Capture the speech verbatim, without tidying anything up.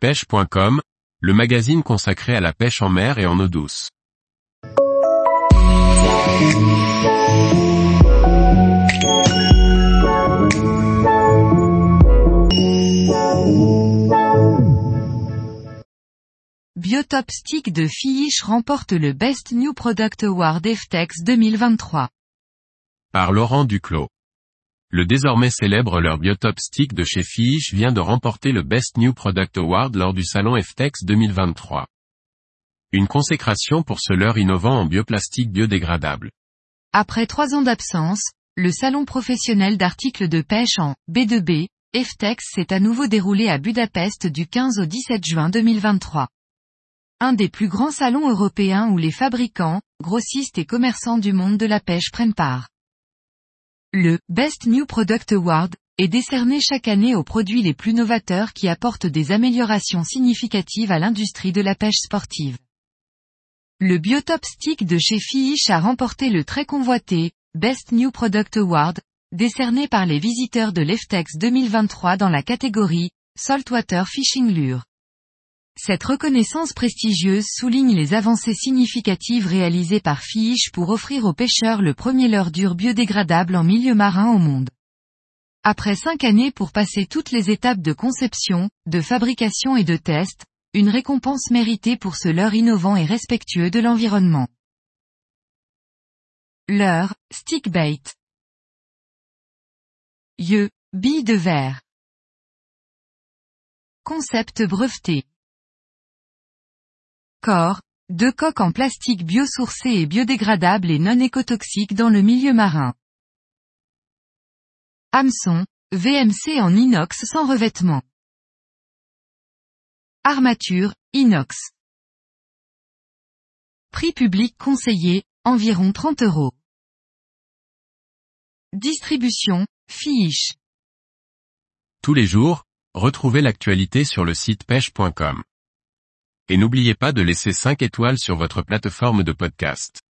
pêche point com, le magazine consacré à la pêche en mer et en eau douce. Biotop Stick de Fish remporte le Best New Product Award F T E X deux mille vingt-trois. Par Laurent Duclos. Le désormais célèbre leurre Biotop Stick de chez Fish vient de remporter le Best New Product Award lors du salon F T E X deux mille vingt-trois. Une consécration pour ce leurre innovant en bioplastique biodégradable. Après trois ans d'absence, le salon professionnel d'articles de pêche en B deux B, F T E X s'est à nouveau déroulé à Budapest du quinze au dix-sept juin deux mille vingt-trois. Un des plus grands salons européens où les fabricants, grossistes et commerçants du monde de la pêche prennent part. Le Best New Product Award est décerné chaque année aux produits les plus novateurs qui apportent des améliorations significatives à l'industrie de la pêche sportive. Le Biotop Stick de chez Fish a remporté le très convoité Best New Product Award, décerné par les visiteurs de l'F T E X deux mille vingt-trois dans la catégorie Saltwater Fishing Lure. Cette reconnaissance prestigieuse souligne les avancées significatives réalisées par Fish pour offrir aux pêcheurs le premier leurre dur biodégradable en milieu marin au monde. Après cinq années pour passer toutes les étapes de conception, de fabrication et de test, une récompense méritée pour ce leurre innovant et respectueux de l'environnement. Leurre, stick bait. Yeux, billes de verre. Concept breveté. Corps, deux coques en plastique biosourcé et biodégradable et non écotoxique dans le milieu marin. Hameçon, V M C en inox sans revêtement. Armature, inox. Prix public conseillé, environ trente euros. Distribution, Fish. Tous les jours, retrouvez l'actualité sur le site pêche point com. Et n'oubliez pas de laisser cinq étoiles sur votre plateforme de podcast.